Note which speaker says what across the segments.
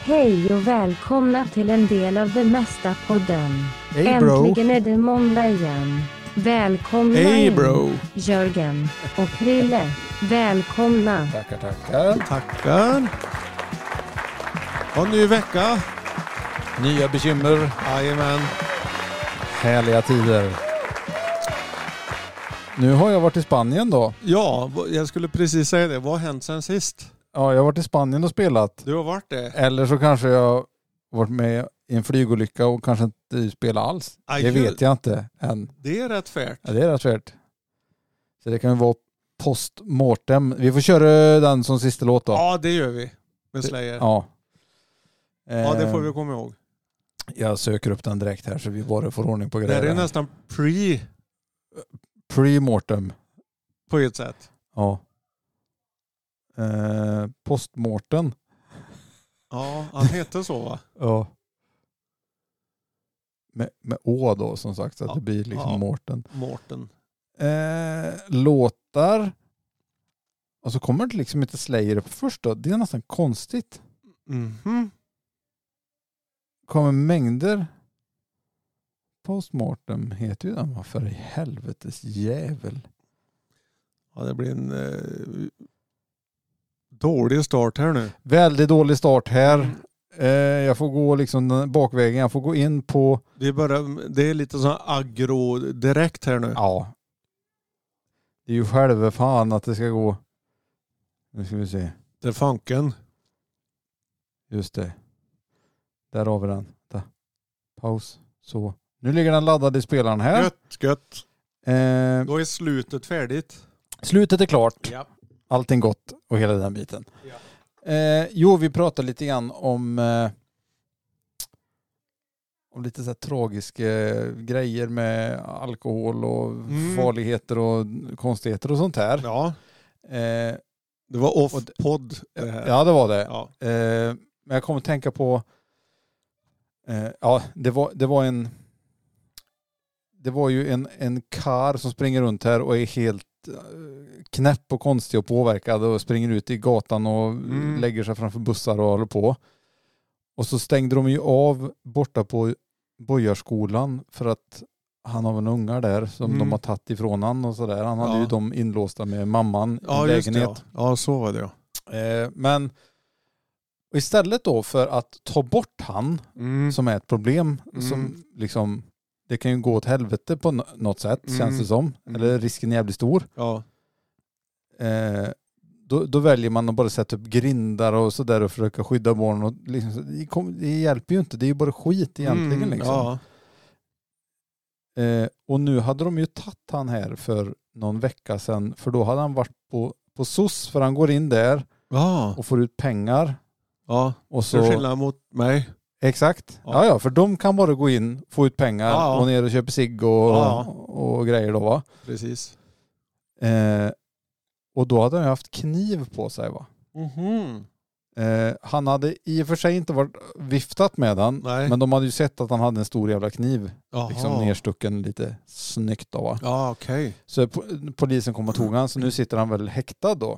Speaker 1: Hej och välkomna till en del av Det Mesta podden.
Speaker 2: Hey bro.
Speaker 1: Äntligen är det måndag igen. Välkomna
Speaker 2: Hey
Speaker 1: in,
Speaker 2: bro.
Speaker 1: Jörgen och Krille. Välkomna.
Speaker 2: Tackar. Och ny vecka.
Speaker 3: Nya bekymmer,
Speaker 2: Jajamän.
Speaker 3: härliga tider. Nu har jag varit i Spanien då.
Speaker 2: Ja, jag skulle precis säga det. Vad har hänt sen sist?
Speaker 3: Ja, jag har varit i Spanien och spelat.
Speaker 2: Du har varit det?
Speaker 3: Eller så kanske jag har varit med i en flygolycka och kanske inte spelat alls.
Speaker 2: Aj,
Speaker 3: det vet jag inte än.
Speaker 2: Det är rätt färt.
Speaker 3: Ja, det är rätt svärt. Så det kan ju vara post-mortem. Vi får köra den som sista låt då.
Speaker 2: Ja, det gör vi. Med Slayer.
Speaker 3: Ja.
Speaker 2: Ja, det får vi komma ihåg.
Speaker 3: Jag söker upp den direkt här så vi bara får ordning på
Speaker 2: Det
Speaker 3: grejer.
Speaker 2: här är nästan
Speaker 3: Pre-mortem.
Speaker 2: på ett sätt.
Speaker 3: Ja. Postmortem.
Speaker 2: Ja, han heter så va?
Speaker 3: Ja. Med å då som sagt så att
Speaker 2: Ja.
Speaker 3: det blir liksom
Speaker 2: Ja.
Speaker 3: Mårten.
Speaker 2: Mårten.
Speaker 3: Låtar. Och så kommer det liksom inte Slayer upp först då. Det är nästan konstigt.
Speaker 2: Mhm.
Speaker 3: Kommer mängder. Postmortem heter ju den. Vad för i helvetes jävel.
Speaker 2: Ja, det blir en dålig start här nu.
Speaker 3: Väldigt dålig start här. Jag får gå liksom bakvägen. Jag får gå in på...
Speaker 2: Det är lite så aggro direkt här nu.
Speaker 3: Ja. Det är ju själva fan att det ska gå. Nu ska vi se.
Speaker 2: Det är funken.
Speaker 3: Just det. Där har vi den. Där. Paus. Så. Nu ligger den laddad i spelaren här.
Speaker 2: Gött.
Speaker 3: Eh,
Speaker 2: Då är slutet färdigt.
Speaker 3: slutet är klart.
Speaker 2: Ja.
Speaker 3: Allting gott och hela den biten.
Speaker 2: Ja.
Speaker 3: Jo, vi pratar lite grann om lite så här tragiska grejer med alkohol och farligheter och konstigheter och sånt här.
Speaker 2: Ja.
Speaker 3: Eh,
Speaker 2: Det var off-podd det här.
Speaker 3: ja, det var det.
Speaker 2: Ja.
Speaker 3: Men jag kommer att tänka på det var ju en kar som springer runt här och är helt knäpp och konstig och påverkad och springer ut i gatan och lägger sig framför bussar och håller på. Och så stängde de ju av borta på Bojarskolan för att han har en ungar där som de har tagit ifrån han och sådär. Han hade ju dem inlåsta med mamman i lägenhet.
Speaker 2: Just det, ja, så var det ja.
Speaker 3: Men istället då för att ta bort han som är ett problem som liksom det kan ju gå åt helvete på något sätt känns det som. Eller risken är jävligt stor.
Speaker 2: Ja.
Speaker 3: Då väljer man att bara sätta upp grindar och sådär och försöka skydda barn. Och liksom, det hjälper ju inte. Det är ju bara skit egentligen. Liksom.
Speaker 2: Ja.
Speaker 3: Och nu hade de ju tagit han här för någon vecka sedan. För då hade han varit på SOS. För han går in där och får ut pengar.
Speaker 2: Ja,
Speaker 3: och så
Speaker 2: till skillnad mot mig.
Speaker 3: Exakt. Ja, för de kan bara gå in, få ut pengar och ner och köpa cigg och grejer då va?
Speaker 2: Precis.
Speaker 3: Och då hade han haft kniv på sig va? Han hade i och för sig inte varit viftat med den.
Speaker 2: Nej.
Speaker 3: Men de hade ju sett att han hade en stor jävla kniv. Liksom nerstucken lite snyggt då va?
Speaker 2: Ja, okej.
Speaker 3: Så polisen kom och tog han så nu sitter han väl häktad då.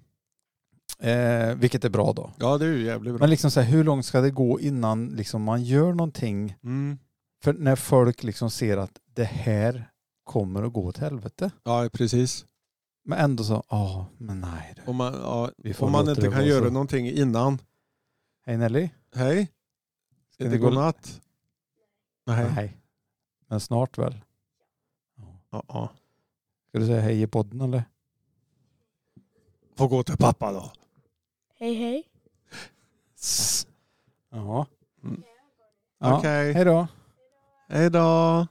Speaker 3: Vilket är bra då.
Speaker 2: Ja, det är ju jävligt bra.
Speaker 3: Men liksom så här, hur långt ska det gå innan liksom man gör någonting? För när folk liksom ser att det här kommer att gå åt helvete.
Speaker 2: Ja, precis.
Speaker 3: Men ändå så, men nej.
Speaker 2: Om man inte kan göra någonting innan.
Speaker 3: Hej Nelly.
Speaker 2: Hej. Är det godnatt?
Speaker 3: Nej. Men snart väl.
Speaker 2: Ja.
Speaker 3: Ska du säga hej i podden eller?
Speaker 2: Får gå till pappa då.
Speaker 1: Hej.
Speaker 3: Ja.
Speaker 2: Okej.
Speaker 3: Hej då.
Speaker 2: Hej då.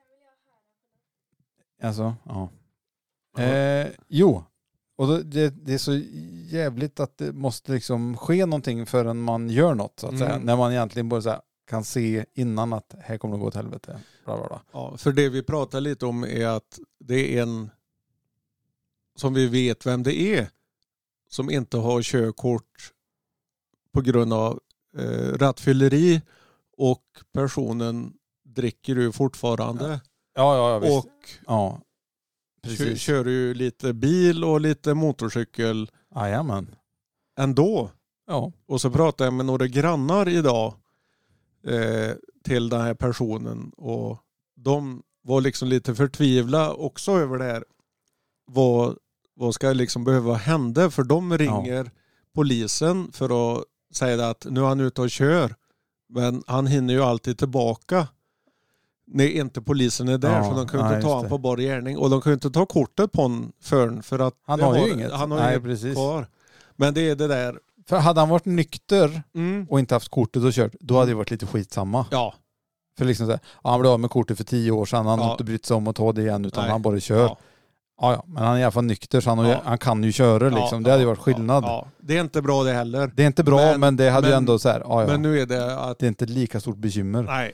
Speaker 3: Alltså, ja. Jo. Och det är så jävligt att det måste liksom ske någonting förrän man gör något så att säga. När man egentligen bara så här, kan se innan att här kommer det gå åt helvete. Bla, bla, bla.
Speaker 2: Ja, för det vi pratar lite om är att det är en som vi vet vem det är som inte har körkort på grund av rattfylleri och personen dricker ju fortfarande.
Speaker 3: Ja, visst.
Speaker 2: Och
Speaker 3: precis.
Speaker 2: Kör ju lite bil och lite motorcykel.
Speaker 3: Jajamän.
Speaker 2: Ändå.
Speaker 3: Ja.
Speaker 2: Och så pratade jag med några grannar idag till den här personen. Och de var liksom lite förtvivlade också över det här. Vad ska liksom behöva hända? För de ringer polisen för att säga att nu är han ute och kör. Men han hinner ju alltid tillbaka när inte polisen är där. Så de kan ju inte ta honom på bar gärning. Och de kan ju inte ta kortet på honom för att
Speaker 3: han har ju inget.
Speaker 2: Han har ju inget kvar. Men det är det där.
Speaker 3: För hade han varit nykter och inte haft kortet och kört, då hade det varit lite skitsamma.
Speaker 2: Ja.
Speaker 3: För liksom så här, han blev av med kortet för 10 år sedan. Han har inte brytt sig om att ta det igen, utan han bara kör. Ja. Ja, men han är i alla fall nykter, så han kan ju köra liksom. Det hade ju varit skillnad.
Speaker 2: Ja. Det är inte bra det heller.
Speaker 3: Det är inte bra, men det hade ju ändå så här,
Speaker 2: Men nu är det att...
Speaker 3: Det är inte lika stort bekymmer.
Speaker 2: Nej.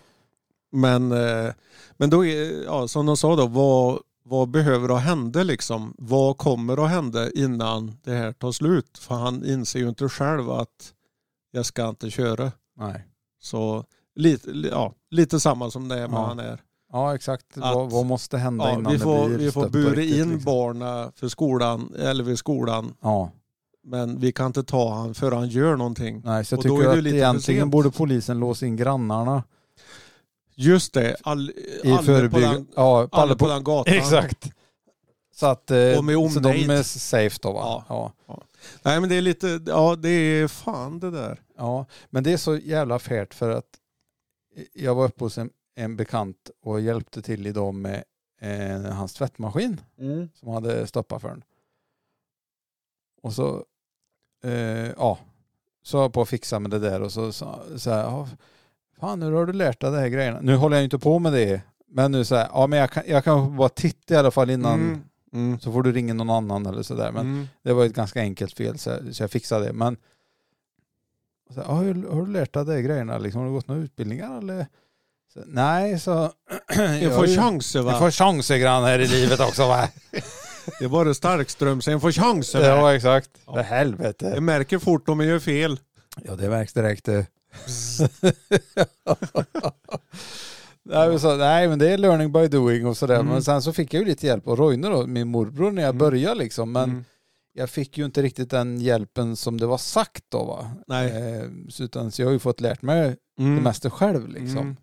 Speaker 2: Men då är, som de sa då, vad behöver att hända liksom? Vad kommer att hända innan det här tar slut? För han inser ju inte själv att jag ska inte köra.
Speaker 3: Nej.
Speaker 2: Så lite samma som det är med han är.
Speaker 3: Ja, exakt. Vad måste hända innan
Speaker 2: vi får bura in liksom barna för skolan, eller vid skolan.
Speaker 3: Ja.
Speaker 2: Men vi kan inte ta han för han gör någonting.
Speaker 3: Nej, så jag tycker att egentligen borde polisen låsa in grannarna.
Speaker 2: Just det. Alla på den gatan.
Speaker 3: Exakt. Så att så de är safe då, va?
Speaker 2: Ja. Nej, men det är lite, det är fan det där.
Speaker 3: Ja, men det är så jävla färt, för att jag var uppe hos en bekant och hjälpte till idag med hans tvättmaskin som hade stoppat för den. Och så så jag på att fixa med det där, och så här, fan, hur har du lärt dig det här grejerna? Nu håller jag inte på med det, men nu så här, men jag kan bara titta i alla fall innan, så får du ringa någon annan eller så där. Men det var ett ganska enkelt fel, så jag fixade det. Men så här, har du lärt dig det här grejerna? Liksom, har du gått några utbildningar eller? Så, nej, så
Speaker 2: jag får chanser, va?
Speaker 3: Jag får chanser grann här i livet också, va?
Speaker 2: Det är bara Starkström, sen får chanser.
Speaker 3: Ja, exakt. För helvete.
Speaker 2: Jag märker fort om jag gör fel.
Speaker 3: Ja, det märks direkt. Nej, men det är learning by doing och sådär. Men sen så fick jag ju lite hjälp av Roine då, min morbror, när jag började liksom. Men jag fick ju inte riktigt den hjälpen som det var sagt då, va?
Speaker 2: Nej.
Speaker 3: Så jag har ju fått lärt mig det mesta själv liksom.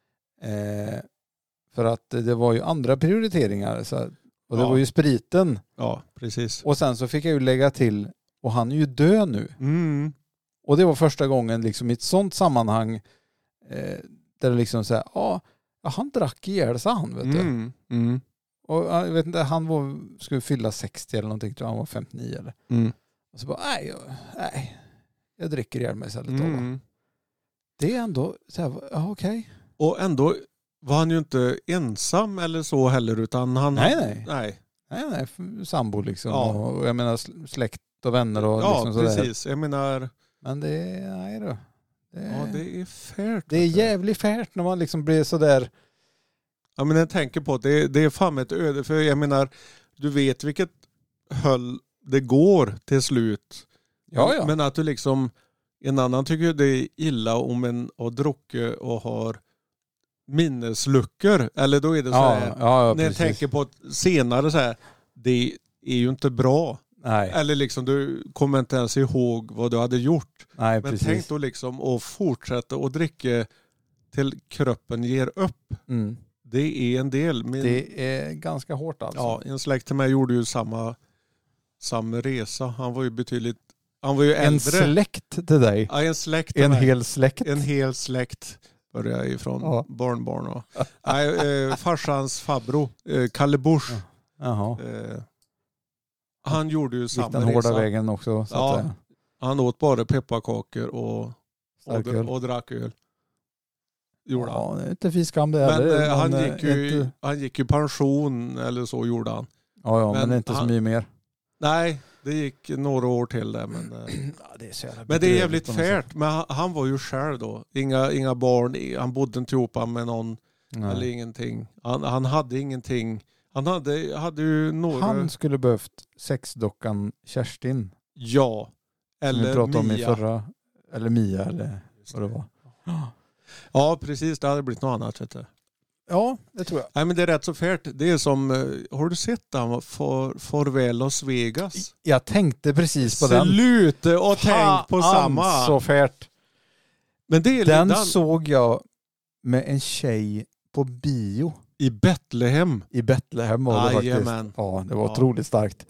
Speaker 3: För att det var ju andra prioriteringar. Och det var ju spriten.
Speaker 2: Ja, precis.
Speaker 3: Och sen så fick jag ju lägga till, och han är ju död nu. Och det var första gången liksom i ett sånt sammanhang där det liksom så här, han drack ihjäl, sa han, vet du. Och jag vet inte, han skulle fylla 60 eller någonting, tror jag, han var 59 eller. Och så bara, nej, jag dricker ihjäl mig istället. Det är ändå så här, okej.
Speaker 2: Och ändå var han ju inte ensam eller så heller, utan han...
Speaker 3: Nej, sambo liksom. Ja. Och jag menar släkt och vänner och liksom sådär. Ja, precis.
Speaker 2: Jag menar...
Speaker 3: Men det är... Nej då.
Speaker 2: Det är färt.
Speaker 3: Det är jävligt färt när man liksom blir sådär...
Speaker 2: Ja, men jag tänker på att det är fan ett öde. För jag menar, du vet vilket höll det går till slut.
Speaker 3: Ja.
Speaker 2: Men att du liksom... En annan tycker det är illa om en har druckit och har minnesluckor. Eller då är det så här... när jag tänker på senare så här... Det är ju inte bra.
Speaker 3: Nej.
Speaker 2: Eller liksom du kommer inte ens ihåg vad du hade gjort.
Speaker 3: Nej,
Speaker 2: men
Speaker 3: precis.
Speaker 2: tänk då liksom att fortsätta att dricka till kroppen ger upp. Det är en del.
Speaker 3: Det är ganska hårt alltså.
Speaker 2: Ja, en släkt till mig gjorde ju samma resa. Han var ju äldre.
Speaker 3: En släkt till dig?
Speaker 2: Ja, en släkt.
Speaker 3: Hel släkt?
Speaker 2: En hel släkt börjar ifrån barnbarn. Och, farsans farbror, Kalle Busch.
Speaker 3: Jaha.
Speaker 2: Han gjorde ju samma resa.
Speaker 3: Den hårda vägen också. Så att säga.
Speaker 2: Han åt bara pepparkakor och drack öl. Gjorde han.
Speaker 3: Det är inte fiskam det
Speaker 2: heller. Han gick ju pension eller så gjorde han.
Speaker 3: Ja, men inte så mycket mer.
Speaker 2: Nej, det gick några år till det. Men det är jävligt färt. Men han var ju själv då. Inga barn. Han bodde inte ihop med någon. Nej. Eller ingenting. Han hade ingenting. Han hade ju några...
Speaker 3: Han skulle behövt sexdockan Kerstin.
Speaker 2: Ja. Eller
Speaker 3: vi pratade
Speaker 2: Mia.
Speaker 3: Om i förra... Eller Mia eller vad det var.
Speaker 2: Ja, precis. Det hade blivit något annat, vet du.
Speaker 3: Ja, det tror jag.
Speaker 2: Nej, men det är rätt så färt. Det är som, har du sett den? Farväl Las Vegas.
Speaker 3: Jag tänkte precis på den.
Speaker 2: Sluta och tänk på samma.
Speaker 3: Så färt.
Speaker 2: Men det är
Speaker 3: Den såg jag med en tjej på bio.
Speaker 2: I Betlehem.
Speaker 3: I Betlehem var det faktiskt.
Speaker 2: Jajamän.
Speaker 3: Ja, det var otroligt starkt.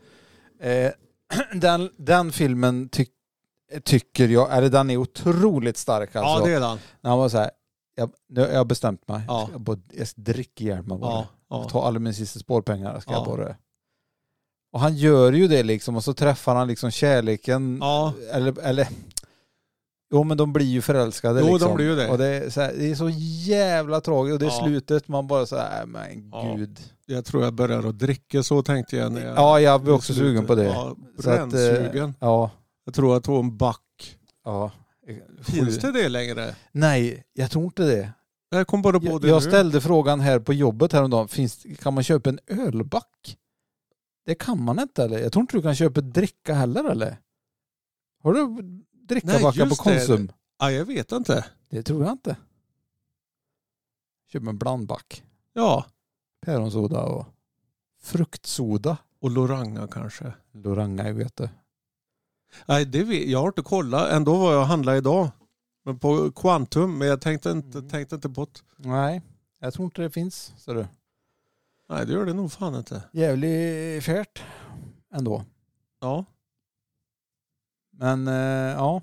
Speaker 3: Den filmen tycker jag, eller den är otroligt stark alltså.
Speaker 2: Ja, det är den.
Speaker 3: När han var så här, jag har bestämt mig.
Speaker 2: Ja.
Speaker 3: Jag ska dricka ihjäl mig bara.
Speaker 2: Ja.
Speaker 3: Ta alla mina sista spårpengar ska jag bara. Och han gör ju det liksom, och så träffar han liksom kärleken.
Speaker 2: Ja.
Speaker 3: Eller jo, men de blir ju förälskade.
Speaker 2: Jo,
Speaker 3: liksom.
Speaker 2: de blir ju det.
Speaker 3: Och det är så jävla tragiskt. Och det är slutet, man bara så här, men gud.
Speaker 2: Jag tror jag börjar att dricka, så tänkte jag. När
Speaker 3: Jag blir också sugen på det.
Speaker 2: Ja, brännsugen.
Speaker 3: Ja.
Speaker 2: Jag tror att hon back.
Speaker 3: Ja.
Speaker 2: Finns det längre?
Speaker 3: Nej, jag tror inte det.
Speaker 2: Jag kom bara på det
Speaker 3: jag
Speaker 2: nu.
Speaker 3: ställde frågan här på jobbet häromdagen. Kan man köpa en ölback? Det kan man inte, eller? Jag tror inte du kan köpa dricka heller, eller? Har du drickabackar på Konsum?
Speaker 2: Det. Ja, jag vet inte.
Speaker 3: Det tror jag inte. Köp en blandback.
Speaker 2: Ja.
Speaker 3: Päronsoda och fruktsoda.
Speaker 2: Och Loranga kanske.
Speaker 3: Loranga, jag vet det.
Speaker 2: Nej, jag har inte kollat. Ändå var jag och handlade idag. Men på Quantum. Men jag tänkte inte på det.
Speaker 3: Nej, jag tror inte det finns. Så du.
Speaker 2: Nej, det gör det nog fan inte.
Speaker 3: Jävligt färt ändå.
Speaker 2: Ja.
Speaker 3: Men ja.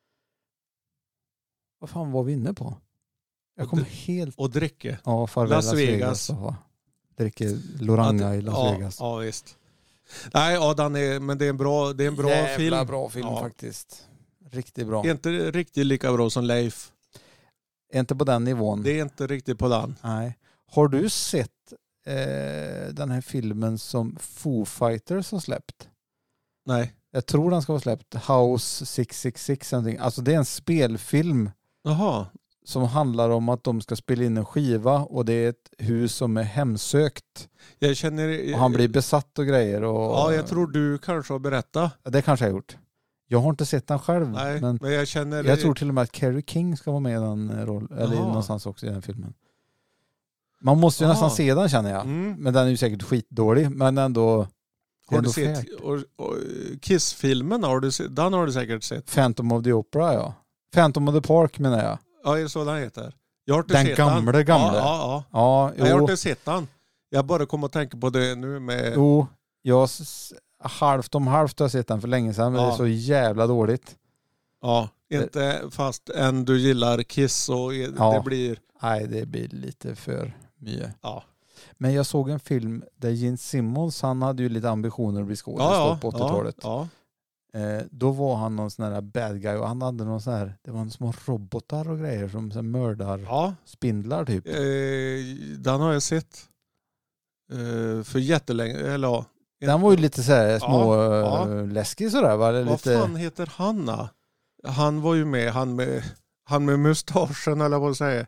Speaker 3: Vad fan var vi inne på? Jag kommer helt...
Speaker 2: Och dricka.
Speaker 3: Ja,
Speaker 2: Las Vegas.
Speaker 3: Dricker Loranga i Las Vegas.
Speaker 2: Ja, visst. Nej, men det är en bra film.
Speaker 3: Jävla bra film faktiskt. Riktigt bra.
Speaker 2: Inte riktigt lika bra som Leif.
Speaker 3: Inte på den nivån.
Speaker 2: Det är inte riktigt på den.
Speaker 3: Nej. Har du sett den här filmen som Foo Fighters har släppt?
Speaker 2: Nej.
Speaker 3: Jag tror den ska vara släppt. House 666 någonting. Alltså det är en spelfilm.
Speaker 2: Jaha.
Speaker 3: Som handlar om att de ska spela in en skiva och det är ett hus som är hemsökt. Och han blir besatt och grejer. Och,
Speaker 2: jag tror du kanske har berättat.
Speaker 3: Det kanske jag har gjort. Jag har inte sett den själv.
Speaker 2: Nej,
Speaker 3: men
Speaker 2: jag
Speaker 3: tror till och med att Carrie King ska vara med i den rollen. Eller någonstans också i den filmen. Man måste ju nästan se den, känner jag. Mm. Men den är ju säkert skitdålig. Men ändå...
Speaker 2: Har du sett Kiss-filmen? Den har du säkert sett.
Speaker 3: Phantom of the Opera, ja. Phantom of the Park menar jag.
Speaker 2: Ja, är det så den heter? Jag har inte
Speaker 3: den
Speaker 2: sett
Speaker 3: gamla.
Speaker 2: Ja, jag har inte sett den. Jag bara kommer att tänka på det nu med...
Speaker 3: Jo, jag halvt har sett den för länge sedan. Men det är så jävla dåligt.
Speaker 2: Ja, inte fast än du gillar Kiss och det blir...
Speaker 3: Nej, det blir lite för mycket.
Speaker 2: Ja.
Speaker 3: Men jag såg en film där Gene Simmons, han hade ju lite ambitioner att bli skådespelare på 80-talet.
Speaker 2: Ja.
Speaker 3: Då var han någon sån här bad guy och han hade någon sån här, det var en små robotar och grejer som så mördar spindlar typ.
Speaker 2: Den har jag sett för jättelänge, eller ja.
Speaker 3: Den var ju lite så här små läskig sådär, va?
Speaker 2: Vad fan heter han då? Han var ju med, han med mustaschen eller vad säger.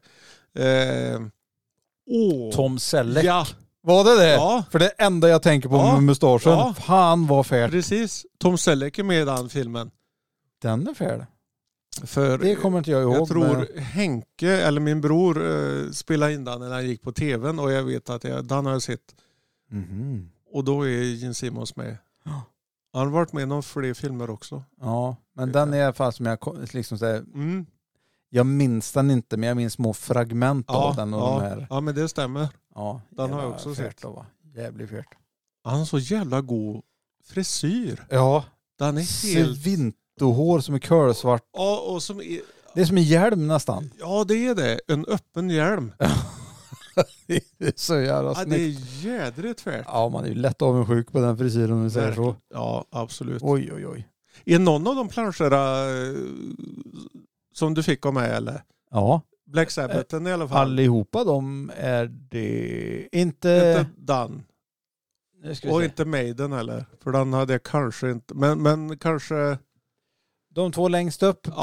Speaker 3: Tom Selleck.
Speaker 2: Ja.
Speaker 3: Var det?
Speaker 2: Ja.
Speaker 3: För det enda jag tänker på med mustaschen. Ja. Fan vad färt.
Speaker 2: Precis. Tom Selleck är med i den filmen.
Speaker 3: Den är färt.
Speaker 2: För
Speaker 3: det kommer inte jag ihåg.
Speaker 2: Jag tror Henke, eller min bror, spelade in den när han gick på tvn. Och jag vet att den har jag sett.
Speaker 3: Mm-hmm.
Speaker 2: Och då är Gene Simmons med. Han har varit med i några fler filmer också.
Speaker 3: Ja, men den är i alla fall som jag liksom säger... Jag minns den inte, men jag minns små fragment av den. Och de här.
Speaker 2: Ja, men det stämmer.
Speaker 3: Ja,
Speaker 2: den har jag också sett.
Speaker 3: Jävligt färt.
Speaker 2: Han har så jävla god frisyr.
Speaker 3: Ja.
Speaker 2: Den är helt...
Speaker 3: Svintohår som är kölsvart.
Speaker 2: Ja, och som är...
Speaker 3: Det är som en hjälm nästan.
Speaker 2: Ja, det är det. En öppen hjälm.
Speaker 3: Det är så jävla snyggt.
Speaker 2: Det är jädrigt färt.
Speaker 3: Ja, man är ju lätt avundsjuk på den frisyren om vi säger så.
Speaker 2: Ja, absolut.
Speaker 3: Oj.
Speaker 2: Är någon av de planscherna som du fick av mig, eller?
Speaker 3: Ja.
Speaker 2: Black Sabbathen i alla fall.
Speaker 3: Allihopa de är det. Inte
Speaker 2: Dan. Och inte Maiden heller. För den hade jag kanske inte. Men kanske...
Speaker 3: De två längst upp på...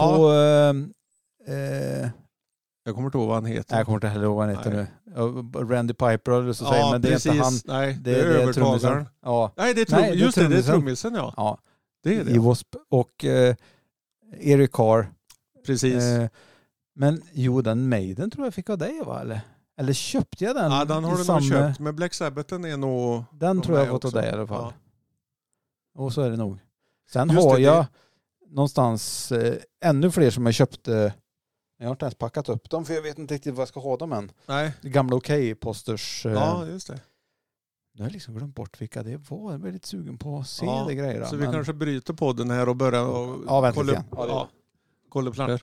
Speaker 2: jag kommer inte ihåg vad han heter.
Speaker 3: Jag kommer inte heller ihåg vad han heter nu. Randy Piper eller så säger, men det är inte han.
Speaker 2: Nej, det är övertagaren.
Speaker 3: Ja.
Speaker 2: Nej, det är trummisen, ja. Det är det.
Speaker 3: Wasp och Eric Carr.
Speaker 2: Precis.
Speaker 3: Men den Maiden tror jag fick av dig, va? Eller? Eller köpte jag den?
Speaker 2: Ja, den har du nog köpt. Men Black Sabbathen är nog...
Speaker 3: Den tror jag har fått av dig i alla fall. Ja. Och så är det nog. Sen just har jag någonstans ännu fler som jag köpte. Jag har inte ens packat upp dem för jag vet inte riktigt vad jag ska ha dem än.
Speaker 2: Nej.
Speaker 3: Det gamla Okej-posters.
Speaker 2: Ja, just det.
Speaker 3: Jag har liksom glömt bort vilka det var. Jag är väldigt sugen på att se det grejer.
Speaker 2: Så vi kanske bryter på den här och börjar
Speaker 3: kolla
Speaker 2: kolla planer.